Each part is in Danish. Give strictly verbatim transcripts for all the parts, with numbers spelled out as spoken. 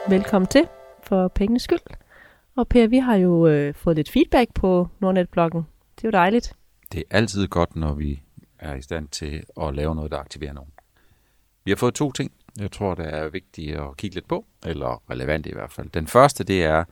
Velkommen til for pengenes skyld. Og Per, vi har jo øh, fået lidt feedback på Nordnet-bloggen. Det er jo dejligt. Det er altid godt, når vi er i stand til at lave noget, der aktiverer nogen. Vi har fået to ting, jeg tror, det er vigtigt at kigge lidt på, eller relevant i hvert fald. Den første, det er,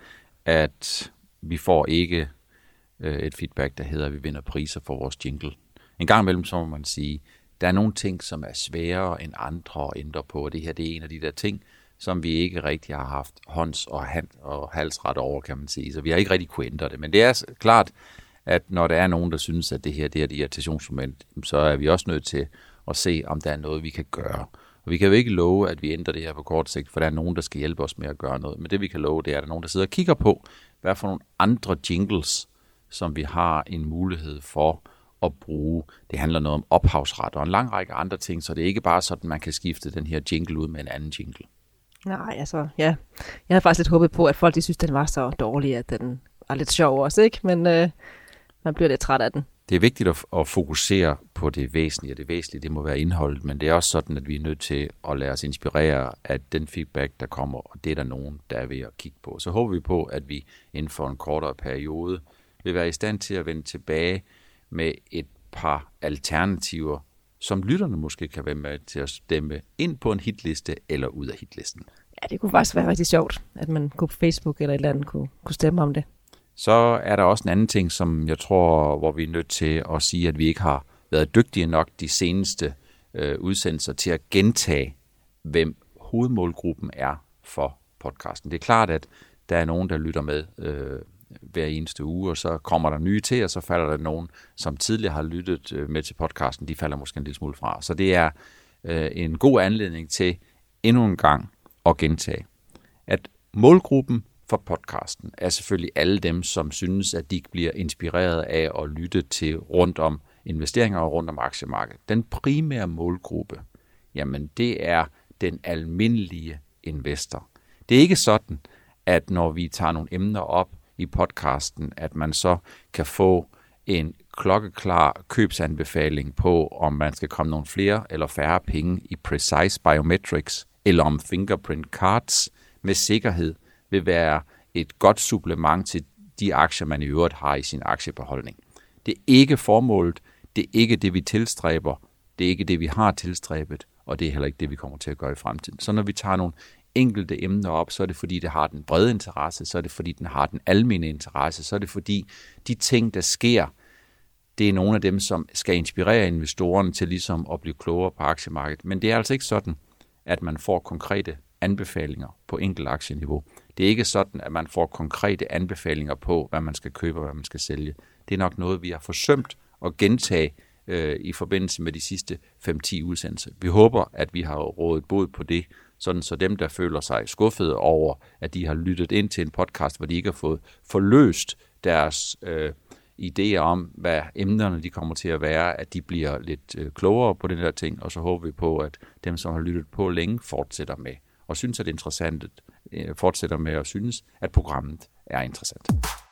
at vi får ikke øh, et feedback, der hedder, at vi vinder priser for vores jingle. En gang imellem, så må man sige, der er nogle ting, som er sværere end andre at ændre på, og det her, det er en af de der ting, som vi ikke rigtig har haft hånds- og, hand- og halsret over, kan man sige. Så vi har ikke rigtig kunne ændre det. Men det er klart, at når der er nogen, der synes, at det her det er et irritationsmoment, så er vi også nødt til at se, om der er noget, vi kan gøre. Og vi kan jo ikke love, at vi ændrer det her på kort sigt, for der er nogen, der skal hjælpe os med at gøre noget. Men det vi kan love, det er, at der er nogen, der sidder og kigger på, hvad for nogle andre jingles, som vi har en mulighed for at bruge. Det handler noget om ophavsret og en lang række andre ting, så det er ikke bare sådan, man kan skifte den her jingle ud med en anden jingle. Nej, altså, ja. Jeg havde faktisk lidt håbet på, at folk de synes, den var så dårlig, at den var lidt sjov også, ikke? Men øh, man bliver lidt træt af den. Det er vigtigt at, at fokusere på det væsentlige, og det væsentlige, det må være indholdet, men det er også sådan, at vi er nødt til at lade os inspirere af den feedback, der kommer, og det er der nogen, der er ved at kigge på. Så håber vi på, at vi inden for en kortere periode vil være i stand til at vende tilbage med et par alternativer, som lytterne måske kan være med til at stemme ind på en hitliste eller ud af hitlisten. Ja, det kunne faktisk være rigtig sjovt, at man kunne på Facebook eller et eller andet kunne, kunne stemme om det. Så er der også en anden ting, som jeg tror, hvor vi er nødt til at sige, at vi ikke har været dygtige nok de seneste øh, udsendelser til at gentage, hvem hovedmålgruppen er for podcasten. Det er klart, at der er nogen, der lytter med øh, hver eneste uge, og så kommer der nye til, og så falder der nogen, som tidligere har lyttet øh, med til podcasten, de falder måske en lille smule fra. Så det er øh, en god anledning til endnu en gang at gentage, at målgruppen for podcasten er selvfølgelig alle dem, som synes, at de bliver inspireret af at lytte til rundt om investeringer og rundt om aktiemarkedet. Den primære målgruppe, jamen det er den almindelige investor. Det er ikke sådan, at når vi tager nogle emner op i podcasten, at man så kan få en klokkeklar købsanbefaling på, om man skal komme nogle flere eller færre penge i Precise Biometrics, eller om fingerprint cards med sikkerhed vil være et godt supplement til de aktier, man i øvrigt har i sin aktiebeholdning. Det er ikke formålet, det er ikke det, vi tilstræber, det er ikke det, vi har tilstræbet, og det er heller ikke det, vi kommer til at gøre i fremtiden. Så når vi tager nogle enkelte emner op, så er det fordi, det har den brede interesse, så er det fordi, den har den almene interesse, så er det fordi, de ting, der sker, det er nogle af dem, som skal inspirere investorerne til ligesom at blive klogere på aktiemarkedet. Men det er altså ikke sådan, at man får konkrete anbefalinger på enkelt aktieniveau. Det er ikke sådan, at man får konkrete anbefalinger på, hvad man skal købe og hvad man skal sælge. Det er nok noget, vi har forsømt at gentage øh, i forbindelse med de sidste fem til ti udsendelser. Vi håber, at vi har rådet bod på det, sådan så dem, der føler sig skuffede over, at de har lyttet ind til en podcast, hvor de ikke har fået forløst deres øh, idéer om, hvad emnerne de kommer til at være, at de bliver lidt øh, klogere på den der ting, og så håber vi på, at dem, som har lyttet på længe, fortsætter med og synes, at det er interessant, øh, fortsætter med at synes, at programmet er interessant.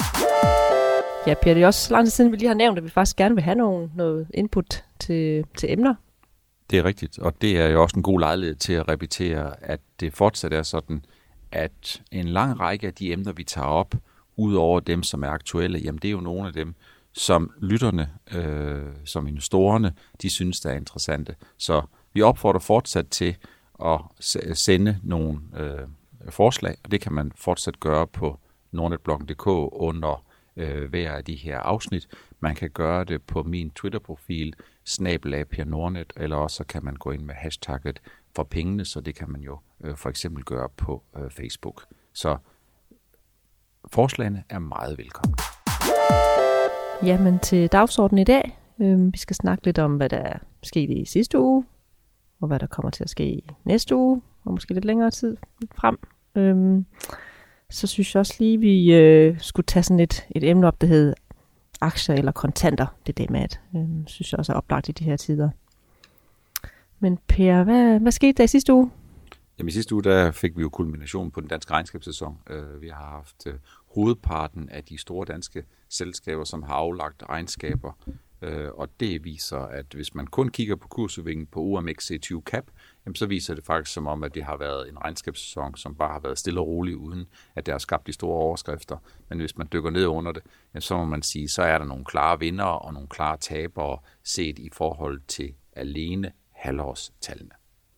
Ja, Per, det er også lang tid siden, vi lige har nævnt, at vi faktisk gerne vil have nogle, noget input til, til emner. Det er rigtigt, og det er jo også en god lejlighed til at repetere, at det fortsat er sådan, at en lang række af de emner, vi tager op, ud over dem, som er aktuelle, jamen det er jo nogle af dem, som lytterne, øh, som investorerne, de synes, der er interessante. Så vi opfordrer fortsat til at sende nogle øh, forslag, og det kan man fortsat gøre på nordnetbloggen punktum d k under øh, hver af de her afsnit. Man kan gøre det på min Twitter-profil, snabel-a Per Nordnet, eller også så kan man gå ind med hashtagget for pengene, så det kan man jo øh, for eksempel gøre på øh, Facebook. Så forslagene er meget velkomne. Jamen til dagsordenen i dag. Øh, vi skal snakke lidt om, hvad der er sket i sidste uge, og hvad der kommer til at ske i næste uge, og måske lidt længere tid frem. Øh, så synes jeg også lige, vi øh, skulle tage sådan et, et emne op, der hedder aktier eller kontanter. Det er det med, at øh, synes jeg også er oplagt i de her tider. Men Per, hvad, hvad skete der i sidste uge? Jamen i sidste uge, der fik vi jo kulminationen på den danske regnskabssæson. Vi har haft hovedparten af de store danske selskaber, som har aflagt regnskaber øh, og det viser, at hvis man kun kigger på kursudviklingen på O M X C tyve Cap, jamen så viser det faktisk som om, at det har været en regnskabssæson, som bare har været stille og rolig, uden at det har skabt de store overskrifter. Men hvis man dykker ned under det, jamen så må man sige, så er der nogle klare vindere og nogle klare tabere set i forhold til alene halvårstallene.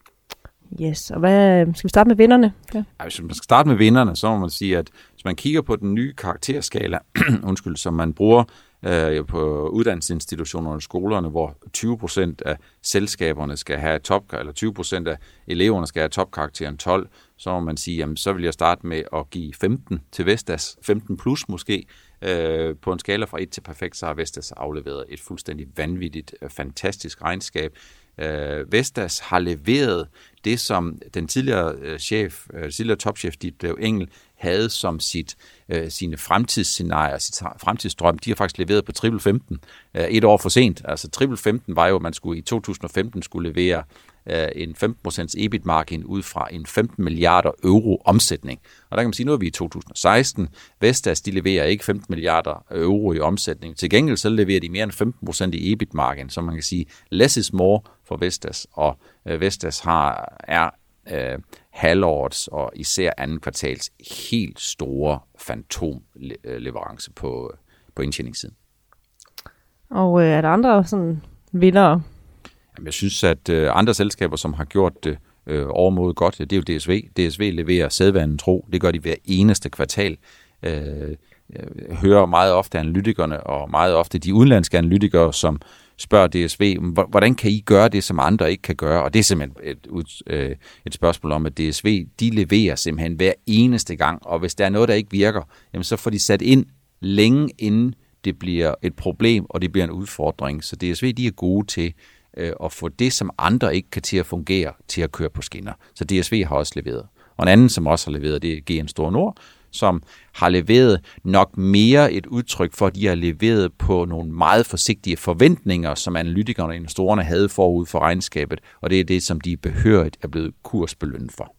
Yes, og hvad, skal vi starte med vinderne? Ja. Ja, hvis man skal starte med vinderne, så må man sige, at hvis man kigger på den nye karakterskala, undskyld, som man bruger øh, på uddannelsesinstitutionerne og skolerne, hvor tyve procent af selskaberne skal have top, eller tyve procent af eleverne skal have topkarakteren tolv, så må man sige, jamen så vil jeg starte med at give femten til Vestas, femten plus måske, øh, på en skala fra et til perfekt, så har Vestas afleveret et fuldstændig vanvittigt, fantastisk regnskab. Uh, Vestas har leveret det, som den tidligere uh, chef, uh, tidligere topchef, Ditlev Engel, havde som sit, uh, sine fremtidsscenarier, sit fremtidsdrøm. De har faktisk leveret på triple femten uh, et år for sent. Altså triple femten var jo, at man skulle i to tusind og femten skulle levere uh, en femten procent E B I T-margin ud fra en femten milliarder euro omsætning. Og der kan man sige, nu er vi i to tusind og seksten. Vestas, de leverer ikke femten milliarder euro i omsætning. Til gengæld så leverer de mere end femten procent i E B I T-margin, så man kan sige, less is more for Vestas, og øh, Vestas har, er øh, halvårets og især anden kvartals helt store fantomleverance på, på indtjeningssiden. Og øh, er der andre sådan vindere? Jamen, jeg synes, at øh, andre selskaber, som har gjort det øh, overmåde godt, det er jo D S V. D S V leverer sædvanen tro. Det gør de hver eneste kvartal. Øh, jeg hører meget ofte analytikerne, og meget ofte de udenlandske analytikere, som spørger D S V, hvordan kan I gøre det, som andre ikke kan gøre? Og det er simpelthen et, et, et spørgsmål om, at D S V, de leverer simpelthen hver eneste gang, og hvis der er noget, der ikke virker, jamen så får de sat ind længe inden det bliver et problem, og det bliver en udfordring. Så D S V, de er gode til øh, at få det, som andre ikke kan til at fungere, til at køre på skinner. Så D S V har også leveret. Og en anden, som også har leveret, det er G M Store Nord, som har leveret nok mere et udtryk for, at de har leveret på nogle meget forsigtige forventninger, som analytikerne og investorerne havde forud for regnskabet, og det er det, som de behørigt er blevet kursbelønnet for.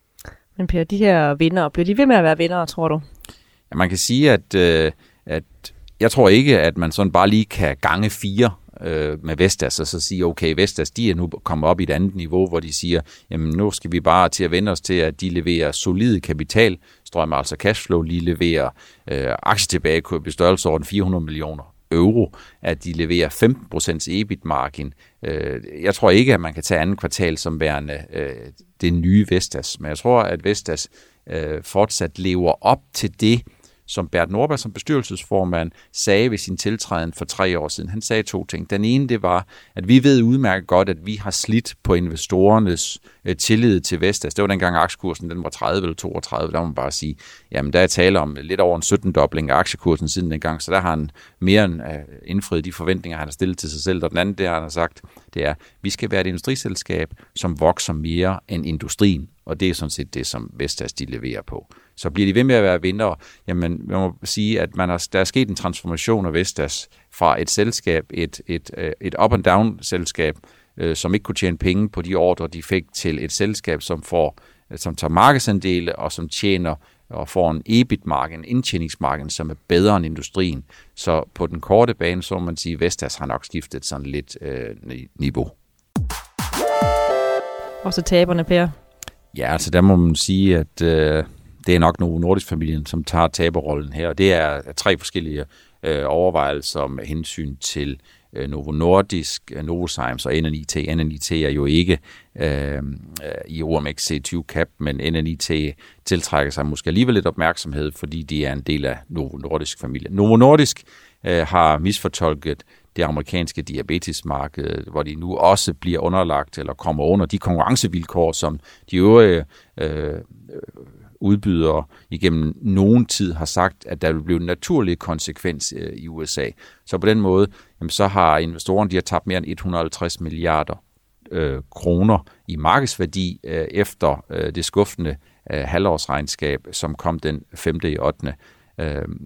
Men Per, de her vindere, bliver de ved med at være vindere, tror du? Ja, man kan sige, at, øh, at jeg tror ikke, at man sådan bare lige kan gange fire øh, med Vestas, og så sige, okay, Vestas, de er nu kommet op i et andet niveau, hvor de siger, jamen nu skal vi bare til at vende os til, at de leverer solide kapitalstrømme, altså cashflow, lige leverer øh, aktietilbagekøb i størrelsesorden fire hundrede millioner euro, at de leverer femten procent E B I T-margin. Øh, jeg tror ikke, at man kan tage anden kvartal som værende øh, det nye Vestas, men jeg tror, at Vestas øh, fortsat lever op til det, som Bert Nordberg som bestyrelsesformand sagde ved sin tiltræden for tre år siden. Han sagde to ting. Den ene, det var, at vi ved udmærket godt, at vi har slidt på investorernes øh, tillid til Vestas. Det var dengang aktiekursen, den var tredive eller toogtredive. Der må man bare sige, jamen der er tale om lidt over en sytten-dobling af aktiekursen siden dengang, så der har han mere end øh, indfriet de forventninger, han har stillet til sig selv. Og den anden, det han har sagt, det er, vi skal være et industriselskab, som vokser mere end industrien. Og det er sådan set det, som Vestas de leverer på. Så bliver de ved med at være vindere. Jamen, man må sige, at man har, der er sket en transformation af Vestas fra et selskab, et, et, et up-and-down-selskab, øh, som ikke kunne tjene penge på de ordre, de fik, til et selskab, som, får, som tager markedsandele og som tjener og får en E B I T-margin, en indtjeningsmargin, som er bedre end industrien. Så på den korte bane, så må man sige, at Vestas har nok skiftet sådan lidt øh, niveau. Og så taberne, Per? Ja, altså der må man sige, at øh, det er nok Novo Nordisk-familien, som tager taberrollen her. Og det er tre forskellige øh, overvejelser med hensyn til øh, Novo Nordisk, Novozymes og N N I T. N N I T er jo ikke øh, i O M X C tyve Cap, men N N I T tiltrækker sig måske alligevel lidt opmærksomhed, fordi de er en del af Novo Nordisk-familien. Novo Nordisk øh, har misfortolket det amerikanske diabetesmarked, hvor de nu også bliver underlagt eller kommer under de konkurrencevilkår, som de øvrige øh, udbydere igennem nogen tid har sagt, at der vil blive en naturlig konsekvens øh, i U S A. Så på den måde, jamen, så har investorerne, de har tabt mere end et hundrede og halvtreds milliarder øh, kroner i markedsværdi øh, efter øh, det skuffende øh, halvårsregnskab, som kom den femte i ottende. Øh,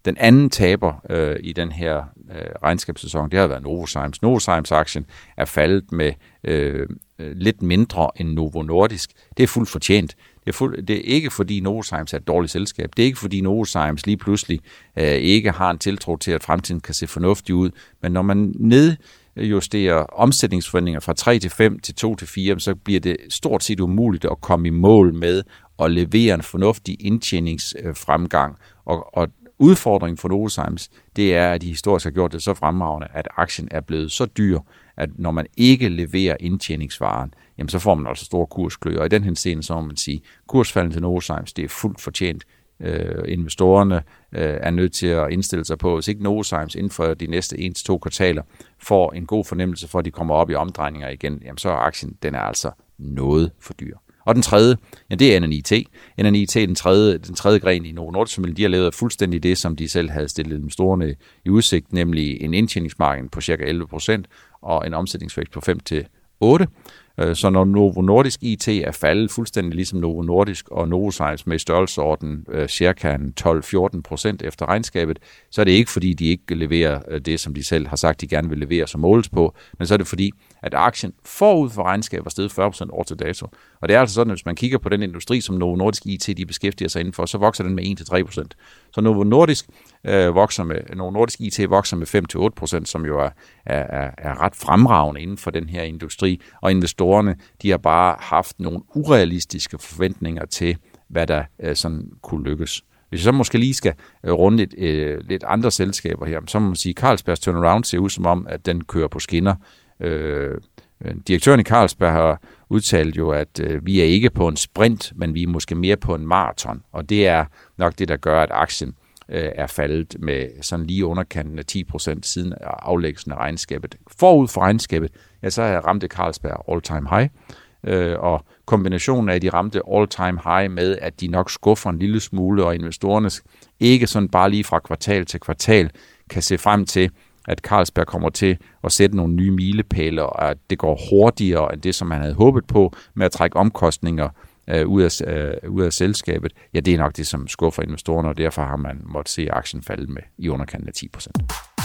Den anden taber øh, i den her øh, regnskabssæson, det har været Novozymes. Novozymes aktien er faldet med øh, lidt mindre end Novo Nordisk. Det er fuldt fortjent. Det er, fuld, det er ikke fordi Novozymes er et dårligt selskab. Det er ikke fordi Novozymes lige pludselig øh, ikke har en tiltro til, at fremtiden kan se fornuftig ud. Men når man nedjusterer omsætningsforventninger fra tre til fem til to til fire, så bliver det stort set umuligt at komme i mål med at levere en fornuftig indtjeningsfremgang. Og, og udfordringen for Novozymes, det er, at de historisk har gjort det så fremragende, at aktien er blevet så dyr, at når man ikke leverer indtjeningsvaren, jamen så får man altså store kurskløer. Og i den henseende, så må man sige, kursfalden til Novozymes, det er fuldt fortjent. Øh, investorerne øh, er nødt til at indstille sig på, hvis ikke Novozymes inden for de næste en til to kvartaler får en god fornemmelse for, at de kommer op i omdrejninger igen, jamen så er aktien, den er altså noget for dyr. Og den tredje, ja, det er N N I T. N N I T, den tredje, den tredje gren i Novo Nordisk familie, de har lavet fuldstændig det, som de selv havde stillet dem store i udsigt, nemlig en indtjeningsmargin på ca. elleve procent og en omsætningsvækst på fem til otte. Så når Novo Nordisk I T er faldet fuldstændig ligesom Novo Nordisk og Novozymes med størrelseorden øh, cirka tolv til fjorten procent efter regnskabet, så er det ikke fordi, de ikke leverer det, som de selv har sagt, de gerne vil levere som måles på, men så er det fordi, at aktien forud for regnskabet er steget fyrre procent år til dato. Og det er altså sådan, at hvis man kigger på den industri, som Novo Nordisk I T de beskæftiger sig indenfor, så vokser den med en til tre procent. Så Novo Nordisk, øh, vokser med, Novo Nordisk I T vokser med fem til otte procent, som jo er, er, er ret fremragende inden for den her industri, og investorerne, de har bare haft nogle urealistiske forventninger til, hvad der øh, sådan kunne lykkes. Hvis jeg så måske lige skal øh, runde et, øh, lidt andre selskaber her, så må man sige, at Carlsbergs turnaround ser ud som om, at den kører på skinner. Øh, direktøren i Carlsberg har udtalt jo, at øh, vi er ikke på en sprint, men vi er måske mere på en maraton, og det er nok det, der gør, at aktien øh, er faldet med sådan lige underkanten af ti procent siden aflæggelsen af regnskabet. Forud for regnskabet, ja, så har ramte Carlsberg all-time high, øh, og kombinationen af, at de ramte all-time high med, at de nok skuffer en lille smule, og investorerne ikke sådan bare lige fra kvartal til kvartal kan se frem til, at Carlsberg kommer til at sætte nogle nye milepæle, og at det går hurtigere end det, som man havde håbet på, med at trække omkostninger øh, ud, af, øh, ud af selskabet. Ja, det er nok det, som skuffer investorerne, og derfor har man måttet se aktien falde med i underkanten af ti procent.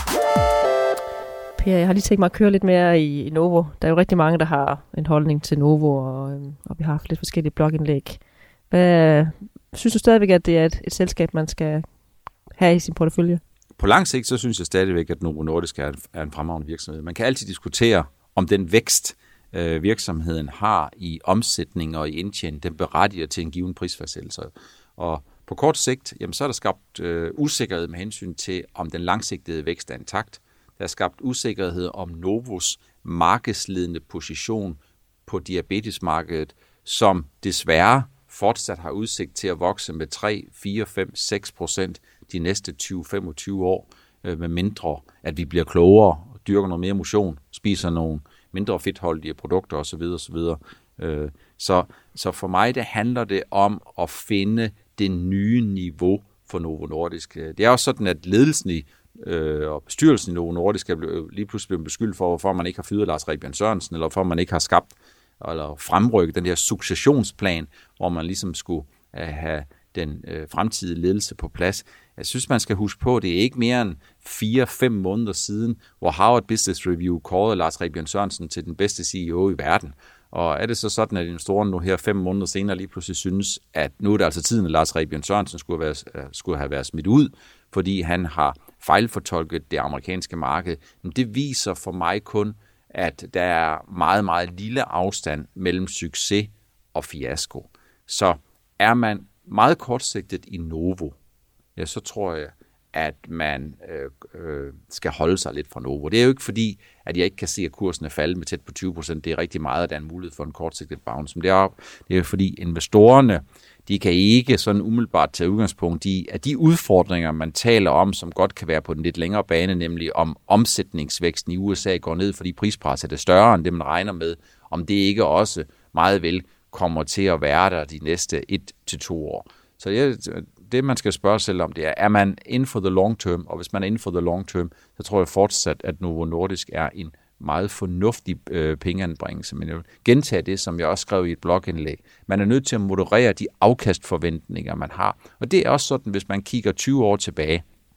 Per, jeg har lige tænkt mig at køre lidt mere i, i Novo. Der er jo rigtig mange, der har en holdning til Novo, og, øhm, og vi har haft lidt forskellige blogindlæg. Hvad, synes du stadigvæk, at det er et, et selskab, man skal have i sin portefølje? På lang sigt, så synes jeg stadigvæk, at Novo Nordisk er, er en fremragende virksomhed. Man kan altid diskutere, om den vækst, øh, virksomheden har i omsætning og i indtjening, den berettiger til en given prisfastsættelse. Og på kort sigt, jamen, så er der skabt øh, usikkerhed med hensyn til, om den langsigtede vækst er intakt. Der er skabt usikkerhed om Novos markedsledende position på diabetesmarkedet, som desværre fortsat har udsigt til at vokse med tre, fire, fem, seks procent de næste tyve til femogtyve år, øh, med mindre, at vi bliver klogere, dyrker noget mere motion, spiser nogle mindre fedtholdige produkter osv. osv. Øh, så, så for mig det handler det om at finde det nye niveau for Novo Nordisk. Det er også sådan, at ledelsen i øh, og bestyrelsen i Novo Nordisk er blevet, lige pludselig blevet beskyldt for, hvorfor man ikke har fyret Lars Rebien Sørensen, eller hvorfor man ikke har skabt eller fremrykket den her successionsplan, hvor man ligesom skulle øh, have den øh, fremtidige ledelse på plads. Jeg synes, man skal huske på, at det er ikke mere end fire til fem måneder siden, hvor Harvard Business Review kårede Lars Rebien Sørensen til den bedste C E O i verden. Og er det så sådan, at investorerne nu her fem måneder senere lige pludselig synes, at nu er det altså tiden, at Lars Rebien Sørensen skulle have været, skulle have været smidt ud, fordi han har fejlfortolket det amerikanske marked. Men det viser for mig kun, at der er meget, meget lille afstand mellem succes og fiasko. Så er man meget kortsigtet i Novo, ja, så tror jeg, at man øh, øh, skal holde sig lidt fra Novo. Det er jo ikke fordi, at jeg ikke kan se, at kursen er faldet med tæt på tyve procent. Det er rigtig meget, at der er en mulighed for en kortsigtet bounce. Men det er, det er fordi investorerne, de kan ikke sådan umiddelbart tage udgangspunkt i, at de udfordringer, man taler om, som godt kan være på den lidt længere bane, nemlig om omsætningsvæksten i U S A går ned, fordi prispresset er større end det, man regner med, om det ikke også meget vel kommer til at være der de næste et til to år. Så jeg, det, man skal spørge sig om, det er, er man inden for the long term? Og hvis man er inden for the long term, så tror jeg fortsat, at Novo Nordisk er en meget fornuftig øh, pengeanbringelse. Men jeg vil gentage det, som jeg også skrev i et blogindlæg. Man er nødt til at moderere de afkastforventninger, man har. Og det er også sådan, hvis man kigger tyve år tilbage,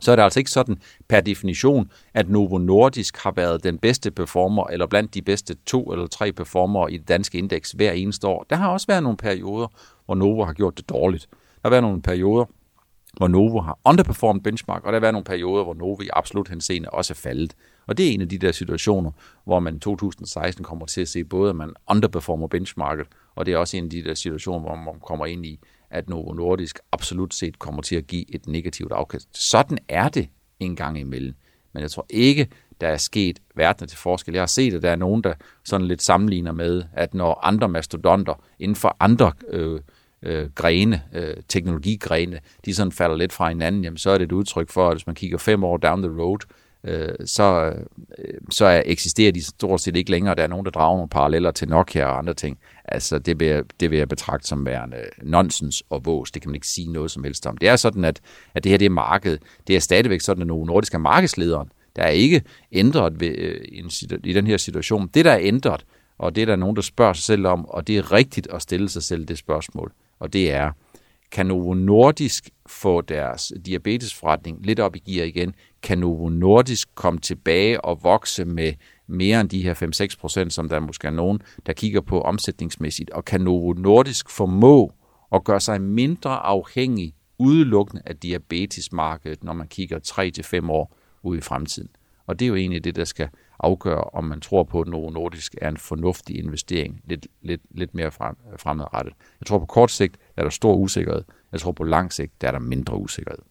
så er det altså ikke sådan per definition, at Novo Nordisk har været den bedste performer, eller blandt de bedste to eller tre performere i det danske indeks hver eneste år. Der har også været nogle perioder, hvor Novo har gjort det dårligt. Der har været nogle perioder, hvor Novo har underperformet benchmark, og der har været nogle perioder, hvor Novo i absolut henseende også er faldet. Og det er en af de der situationer, hvor man i to tusind og seksten kommer til at se både, at man underperformer benchmarket, og det er også en af de der situationer, hvor man kommer ind i, at Novo Nordisk absolut set kommer til at give et negativt afkast. Sådan er det en gang imellem. Men jeg tror ikke, der er sket verden til forskel. Jeg har set, at der er nogen, der sådan lidt sammenligner med, at når andre mastodonter inden for andre øh, øh, grene, øh, teknologigrene, de sådan falder lidt fra hinanden, jamen, så er det et udtryk for, at hvis man kigger fem år down the road, øh, så, øh, så er, eksisterer de stort set ikke længere. Der er nogen, der drager nogle paralleller til Nokia og andre ting. Altså, det vil, jeg, det vil jeg betragte som værende nonsens og vås. Det kan man ikke sige noget som helst om. Det er sådan, at, at det her det er markedet. Det er stadigvæk sådan, at Novo Nordisk er markedslederen. Der er ikke ændret ved, øh, i, en, i den her situation. Det, der er ændret, og det der er nogen, der spørger sig selv om, og det er rigtigt at stille sig selv det spørgsmål, og det er, kan Novo Nordisk få deres diabetesforretning lidt op i gear igen? Kan Novo Nordisk komme tilbage og vokse med mere end de her fem til seks procent, som der måske er nogen, der kigger på omsætningsmæssigt? Og kan Novo Nordisk formå at gøre sig mindre afhængig udelukkende af diabetesmarkedet, når man kigger tre til fem år ud i fremtiden? Og det er jo egentlig det, der skal afgøre, om man tror på, at Novo Nordisk er en fornuftig investering, lidt, lidt, lidt mere frem, fremadrettet. Jeg tror på kort sigt, der er der stor usikkerhed. Jeg tror på lang sigt, der er der mindre usikkerhed.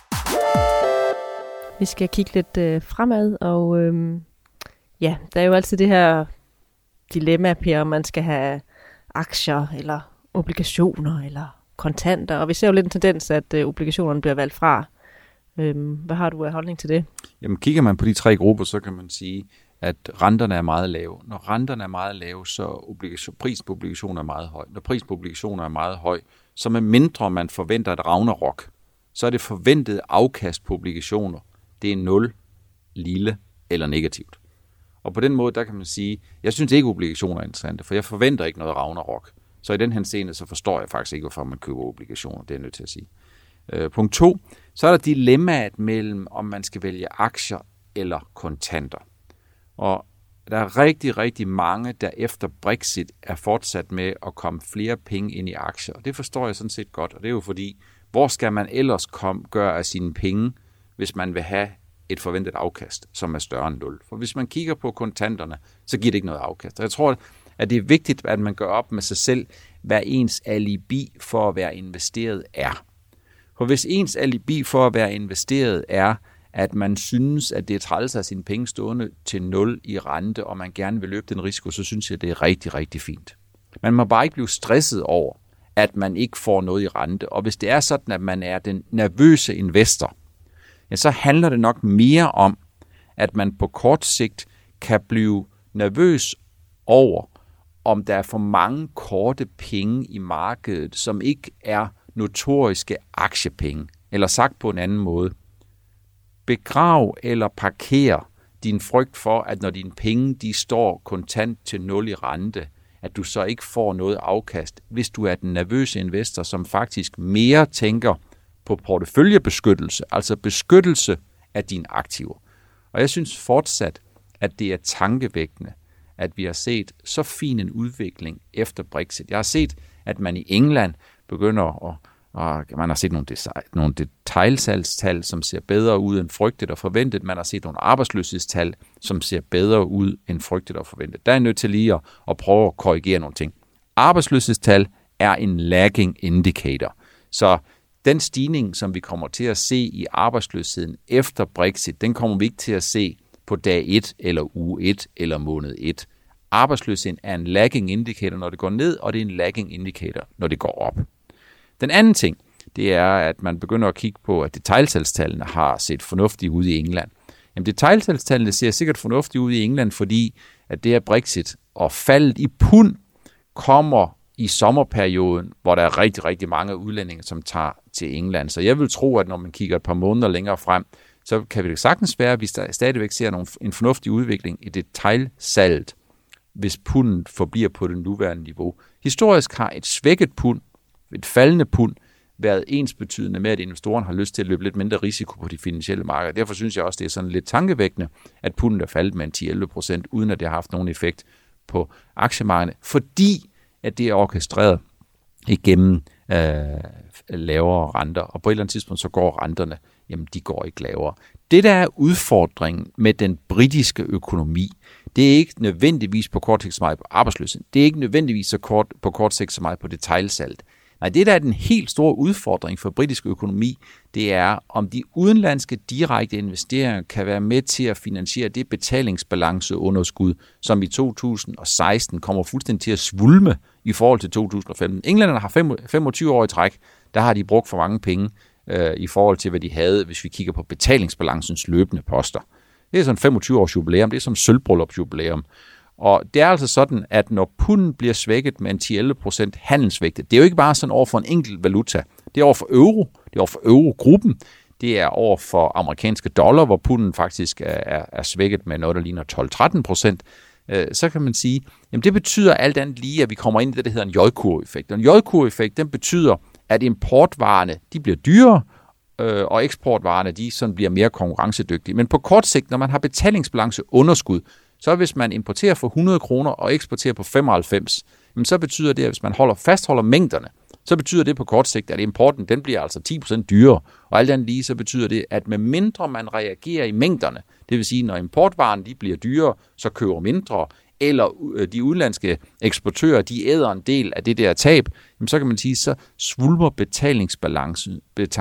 Vi skal kigge lidt øh, fremad, og øh, ja, der er jo altid det her dilemma, Per, om man skal have aktier, eller obligationer, eller kontanter. Og vi ser jo lidt en tendens, at øh, obligationerne bliver valgt fra. Øhm, hvad har du af holdning til det? Jamen, kigger man på de tre grupper, så kan man sige, at renterne er meget lave. Når renterne er meget lave, så obligation, pris på obligationer er meget høj. Når pris på obligationer er meget høj, så med mindre man forventer et ragnarok, så er det forventet afkast på obligationer. Det er nul, lille eller negativt. Og på den måde, der kan man sige, jeg synes ikke, obligationer er interessante, for jeg forventer ikke noget ragnarok. Så i den henseende, så forstår jeg faktisk ikke, hvorfor man køber obligationer. Det er jeg nødt til at sige. Øh, punkt to, så er der dilemmaet mellem, om man skal vælge aktier eller kontanter. Og der er rigtig, rigtig mange, der efter Brexit er fortsat med at komme flere penge ind i aktier. Og det forstår jeg sådan set godt. Og det er jo fordi, hvor skal man ellers komme, gøre af sine penge, hvis man vil have et forventet afkast, som er større end nul? For hvis man kigger på kontanterne, så giver det ikke noget afkast. Og jeg tror, at det er vigtigt, at man gør op med sig selv, hvad ens alibi for at være investeret er. For hvis ens alibi for at være investeret er, at man synes, at det er træls af sine penge stående til nul i rente, og man gerne vil løbe den risiko, så synes jeg, det er rigtig, rigtig fint. Man må bare ikke blive stresset over, at man ikke får noget i rente. Og hvis det er sådan, at man er den nervøse investor, ja, så handler det nok mere om, at man på kort sigt kan blive nervøs over, om der er for mange korte penge i markedet, som ikke er notoriske aktiepenge. Eller sagt på en anden måde, begrav eller parker din frygt for, at når dine penge de står kontant til nul i rente, at du så ikke får noget afkast, hvis du er den nervøse investor, som faktisk mere tænker på porteføljebeskyttelse, altså beskyttelse af dine aktiver. Og jeg synes fortsat, at det er tankevækkende, at vi har set så fin en udvikling efter Brexit. Jeg har set, at man i England begynder at, og man har set nogle, desi- nogle detailsalgstal, som ser bedre ud end frygtet og forventet. Man har set nogle arbejdsløshedstal, som ser bedre ud end frygtet og forventet. Der er nødt til lige at, at prøve at korrigere nogle ting. Arbejdsløshedstal er en lagging indicator. Så den stigning, som vi kommer til at se i arbejdsløsheden efter Brexit, den kommer vi ikke til at se på dag et eller uge et eller måned et. Arbejdsløsheden er en lagging indicator, når det går ned, og det er en lagging indicator, når det går op. Den anden ting, det er, at man begynder at kigge på, at detailsalgstallene har set fornuftige ud i England. Jamen, detailsalgstallene ser sikkert fornuftige ud i England, fordi at det her Brexit og faldet i pund kommer i sommerperioden, hvor der er rigtig, rigtig mange udlændinge, som tager til England. Så jeg vil tro, at når man kigger et par måneder længere frem, så kan det sagtens være, at vi stadigvæk ser nogle, en fornuftig udvikling i detailsalget, hvis pundet forbliver på det nuværende niveau. Historisk har et svækket pund, et faldende pund, været ensbetydende med, at investorerne har lyst til at løbe lidt mindre risiko på de finansielle markeder. Derfor synes jeg også, det er sådan lidt tankevækkende, at pundet er faldet med en ti til elleve procent, uden at det har haft nogen effekt på aktiemarkederne, fordi at det er orkestreret igennem øh, lavere renter, og på et eller andet tidspunkt så går renterne, jamen de går ikke lavere. Det, der er udfordringen med den britiske økonomi, det er ikke nødvendigvis på kort sigt så meget på arbejdsløshed. Det er ikke nødvendigvis så kort, på kort sigt så meget på detailsalget. Nej, det, der er den helt store udfordring for britisk økonomi, det er, om de udenlandske direkte investeringer kan være med til at finansiere det betalingsbalanceunderskud, som i to tusind og seksten kommer fuldstændig til at svulme i forhold til to tusind og femten. Englænderne har femogtyve år i træk, der har de brugt for mange penge øh, i forhold til, hvad de havde, hvis vi kigger på betalingsbalancens løbende poster. Det er sådan femogtyve års jubilæum, det er som sølvbryllupsjubilæum. Og det er altså sådan, at når punden bliver svækket med en ti til elleve procent handelsvægte, det er jo ikke bare sådan over for en enkelt valuta. Det er over for euro, det er over for eurogruppen, det er over for amerikanske dollar, hvor punden faktisk er, er, er svækket med noget, der ligner tolv til tretten procent. Øh, så kan man sige, jamen det betyder alt andet lige, at vi kommer ind i det, der hedder en J-kurve-effekt. Og en J-kurve-effekt, den betyder, at importvarerne, de bliver dyrere, øh, og eksportvarerne, de sådan bliver mere konkurrencedygtige. Men på kort sigt, når man har betalingsbalanceunderskud, så hvis man importerer for hundrede kroner og eksporterer på femoghalvfems, så betyder det, at hvis man holder, fastholder mængderne, så betyder det på kort sigt, at importen den bliver altså ti procent dyrere. Og alt andet lige, så betyder det, at med mindre man reagerer i mængderne, det vil sige, når importvaren de bliver dyrere, så køber mindre, eller de udenlandske eksportører, de æder en del af det der tab, så kan man sige, så svulmer betalingsbalance,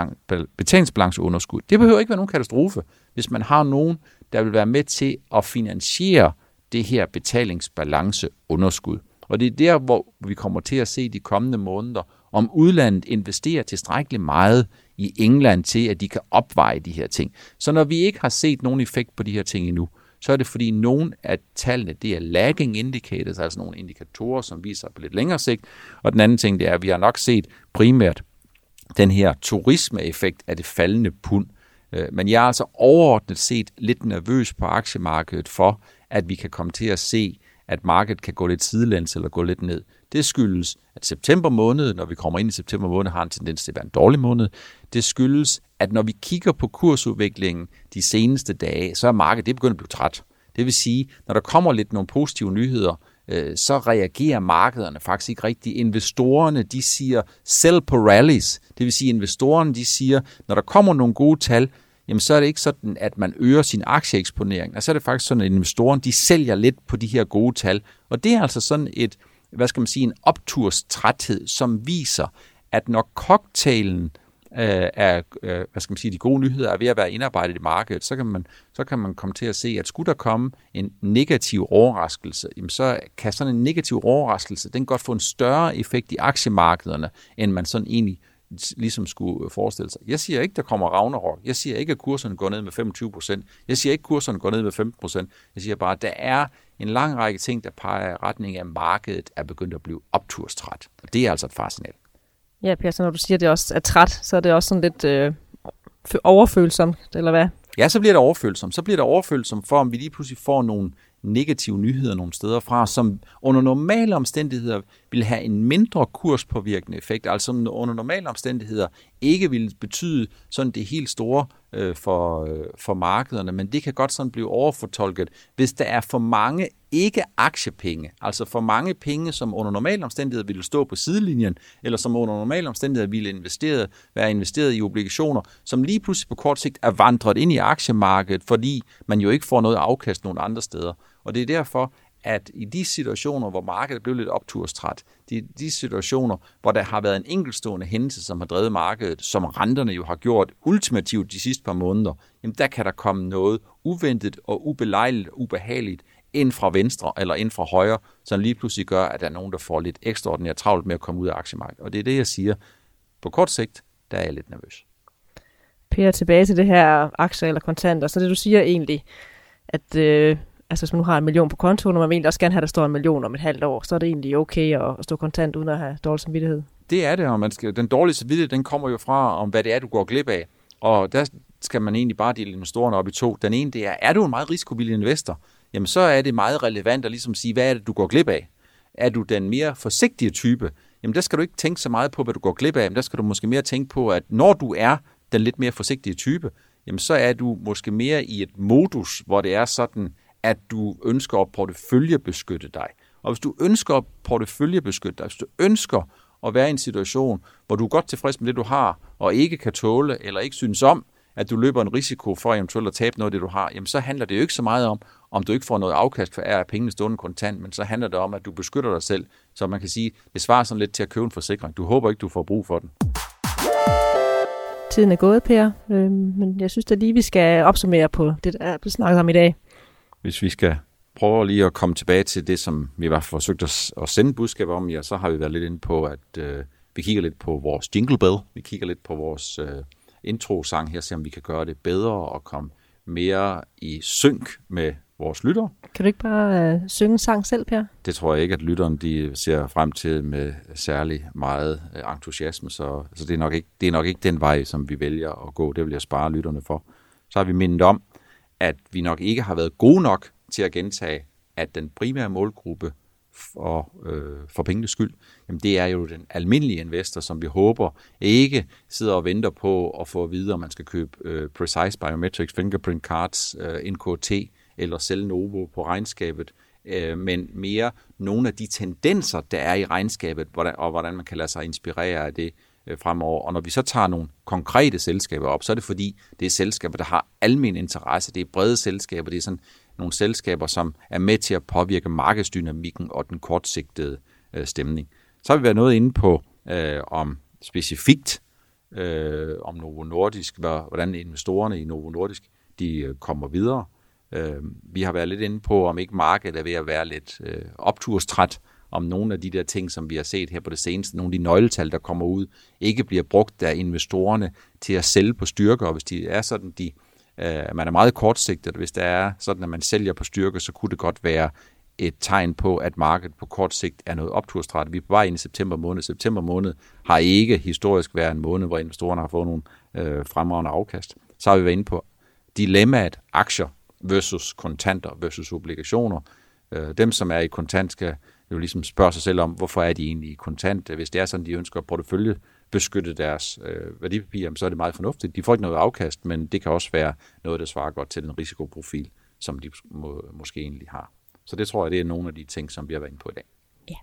betalingsbalanceunderskud. Det behøver ikke være nogen katastrofe, hvis man har nogen, der vil være med til at finansiere det her betalingsbalanceunderskud. Og det er der, hvor vi kommer til at se de kommende måneder, om udlandet investerer tilstrækkeligt meget i England til, at de kan opveje de her ting. Så når vi ikke har set nogen effekt på de her ting endnu, så er det fordi nogle af tallene, det er lagging indicators, altså nogle indikatorer, som viser på lidt længere sigt. Og den anden ting, det er, at vi har nok set primært den her turismeeffekt af det faldende pund. Men jeg er altså overordnet set lidt nervøs på aktiemarkedet for, at vi kan komme til at se, at markedet kan gå lidt sidelæns eller gå lidt ned. Det skyldes, at september måned, når vi kommer ind i september måned, har en tendens til at være en dårlig måned. Det skyldes, at når vi kigger på kursudviklingen de seneste dage, så er markedet det begyndt at blive træt. Det vil sige, når der kommer lidt nogle positive nyheder, så reagerer markederne faktisk ikke rigtigt. Investorerne, de siger sell på rallies. Det vil sige, investorerne, de siger, når der kommer nogle gode tal, jamen så er det ikke sådan, at man øger sin aktieeksponering. Og så er det faktisk sådan, at investorerne, de sælger lidt på de her gode tal. Og det er altså sådan et, hvad skal man sige, en opturstræthed, som viser, at når cocktailen øh, er, øh, hvad skal man sige, de gode nyheder er ved at være indarbejdet i markedet, så kan man, så kan man komme til at se, at skulle der komme en negativ overraskelse, jamen så kan sådan en negativ overraskelse, den godt få en større effekt i aktiemarkederne, end man sådan egentlig ligesom skulle forestille sig. Jeg siger ikke, der kommer Ragnarok. Jeg siger ikke, at kurserne går ned med femogtyve procent. Jeg siger ikke, at kurserne går ned med femten procent. Jeg siger bare, at der er en lang række ting, der peger i retning af, at markedet er begyndt at blive opturstræt. Og det er altså et farsignal. Ja, Per, så når du siger, at det også er træt, så er det også sådan lidt øh, overfølsomt, eller hvad? Ja, så bliver det overfølsomt. Så bliver det overfølsomt for, om vi lige pludselig får nogle negative nyheder nogle steder fra, som under normale omstændigheder vil have en mindre kurspåvirkende effekt, altså under normale omstændigheder ikke vil betyde sådan det helt store øh, for, øh, for markederne, men det kan godt sådan blive overfortolket, hvis der er for mange ikke-aktiepenge, altså for mange penge, som under normale omstændigheder ville stå på sidelinjen, eller som under normale omstændigheder ville investeret, være investeret i obligationer, som lige pludselig på kort sigt er vandret ind i aktiemarkedet, fordi man jo ikke får noget afkast nogen andre steder. Og det er derfor, at i de situationer, hvor markedet blev lidt opturstræt, de, de situationer, hvor der har været en enkeltstående hændelse, som har drevet markedet, som renterne jo har gjort ultimativt de sidste par måneder, jamen der kan der komme noget uventet og ubelejligt og ubehageligt ind fra venstre eller ind fra højre, som lige pludselig gør, at der er nogen, der får lidt ekstraordinært travlt med at komme ud af aktiemarkedet. Og det er det, jeg siger. På kort sigt, der er jeg lidt nervøs. Per, tilbage til det her aktier eller kontanter. Så det du siger egentlig, at øh, altså, hvis man nu har en million på kontoen, og man vil egentlig også gerne have, at der står en million om et halvt år, så er det egentlig okay at, at stå kontant uden at have dårlig samvittighed. Det er det, og man skal, den dårlige samvittighed, den kommer jo fra, om hvad det er, du går glip af. Og der skal man egentlig bare dele investorerne op i to. Den ene, det er, er du en meget risikovillig investor? Jamen så er det meget relevant at ligesom sige, hvad er det, du går glip af? Er du den mere forsigtige type? jamen der skal du ikke tænke så meget på, hvad du går glip af, men der skal du måske mere tænke på, at når du er den lidt mere forsigtige type, jamen så er du måske mere i et modus, hvor det er sådan, at du ønsker at porteføljebeskytte dig. Og hvis du ønsker at porteføljebeskytte dig, hvis du ønsker at være i en situation, hvor du er godt tilfreds med det, du har, og ikke kan tåle, eller ikke synes om, at du løber en risiko for eventuelt at tabe noget af det, du har, jamen så handler det jo ikke så meget om, om du ikke får noget afkast for er pengene stående kontant, men så handler det om, at du beskytter dig selv, så man kan sige, det svarer sådan lidt til at købe en forsikring. Du håber ikke, du får brug for den. Tiden er gået, Per, øh, men jeg synes da lige, vi skal opsummere på det, der er blevet snakket om i dag. Hvis vi skal prøve lige at komme tilbage til det, som vi i hvert fald forsøgt at, at sende budskab om, ja, så har vi været lidt inde på, at øh, vi kigger lidt på vores jingle bell, vi kigger lidt på vores øh, intro-sang her, se om vi kan gøre det bedre og komme mere i synk med vores lyttere. Kan du ikke bare øh, synge en sang selv, Per? Det tror jeg ikke, at lytteren de ser frem til med særlig meget øh, entusiasme, så, så det, er nok ikke, det er nok ikke den vej, som vi vælger at gå. Det vil jeg spare lytterne for. Så har vi mindet om, at vi nok ikke har været gode nok til at gentage, at den primære målgruppe for, øh, for pengenes skyld, jamen det er jo den almindelige investor, som vi håber ikke sidder og venter på at få at vide, om man skal købe øh, Precise Biometrics Fingerprint Cards, øh, N K T eller sælge Novo på regnskabet, øh, men mere nogle af de tendenser, der er i regnskabet, hvordan, og hvordan man kan lade sig inspirere af det øh, fremover. Og når vi så tager nogle konkrete selskaber op, så er det fordi, det er selskaber, der har almen interesse, det er brede selskaber, det er sådan nogle selskaber, som er med til at påvirke markedsdynamikken og den kortsigtede øh, stemning. Så har vi været noget inde på øh, om specifikt øh, om Novo Nordisk, hvordan investorerne i Novo Nordisk de øh, kommer videre. Øh, vi har været lidt inde på, om ikke markedet er ved at være lidt øh, opturstræt, om nogle af de der ting, som vi har set her på det seneste, nogle af de nøgletal, der kommer ud, ikke bliver brugt af investorerne til at sælge på styrker, og hvis de er sådan, de Uh, man er meget kortsigtet. Hvis det er sådan, at man sælger på styrke, så kunne det godt være et tegn på, at markedet på kort sigt er noget opturstræt. Vi er på vej ind i september måned. September måned har ikke historisk været en måned, hvor investorerne har fået nogle uh, fremragende afkast. Så har vi været inde på dilemmaet aktier versus kontanter versus obligationer. Uh, dem, som er i kontant, skal jo ligesom spørge sig selv om, hvorfor er de egentlig i kontant? Hvis det er sådan, de ønsker at portefølje beskytte deres øh, værdipapirer, så er det meget fornuftigt. De får ikke noget afkast, men det kan også være noget, der svarer godt til den risikoprofil, som de må, måske egentlig har. Så det tror jeg, det er nogle af de ting, som vi har været inde på i dag. Ja.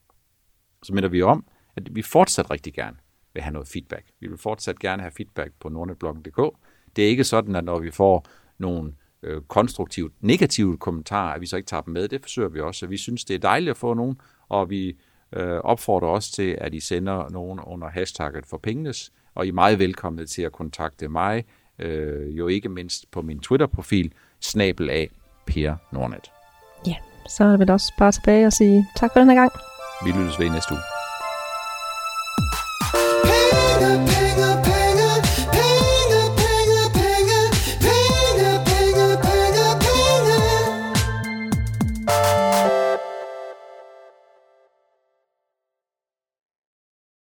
Så minder vi om, at vi fortsat rigtig gerne vil have noget feedback. Vi vil fortsat gerne have feedback på nordnetbloggen punktum d k. Det er ikke sådan, at når vi får nogle øh, konstruktivt negative kommentarer, at vi så ikke tager dem med. Det forsøger vi også. Vi synes, det er dejligt at få nogen, og vi Øh, opfordrer også til, at I sender nogen under hashtagget for pengenes, og I er meget velkomne til at kontakte mig, øh, jo ikke mindst på min Twitter-profil, snabel af Per Nordnet. Ja, så er det vel også bare tilbage og sige tak for den her gang. Vi lyttes ved i næste uge.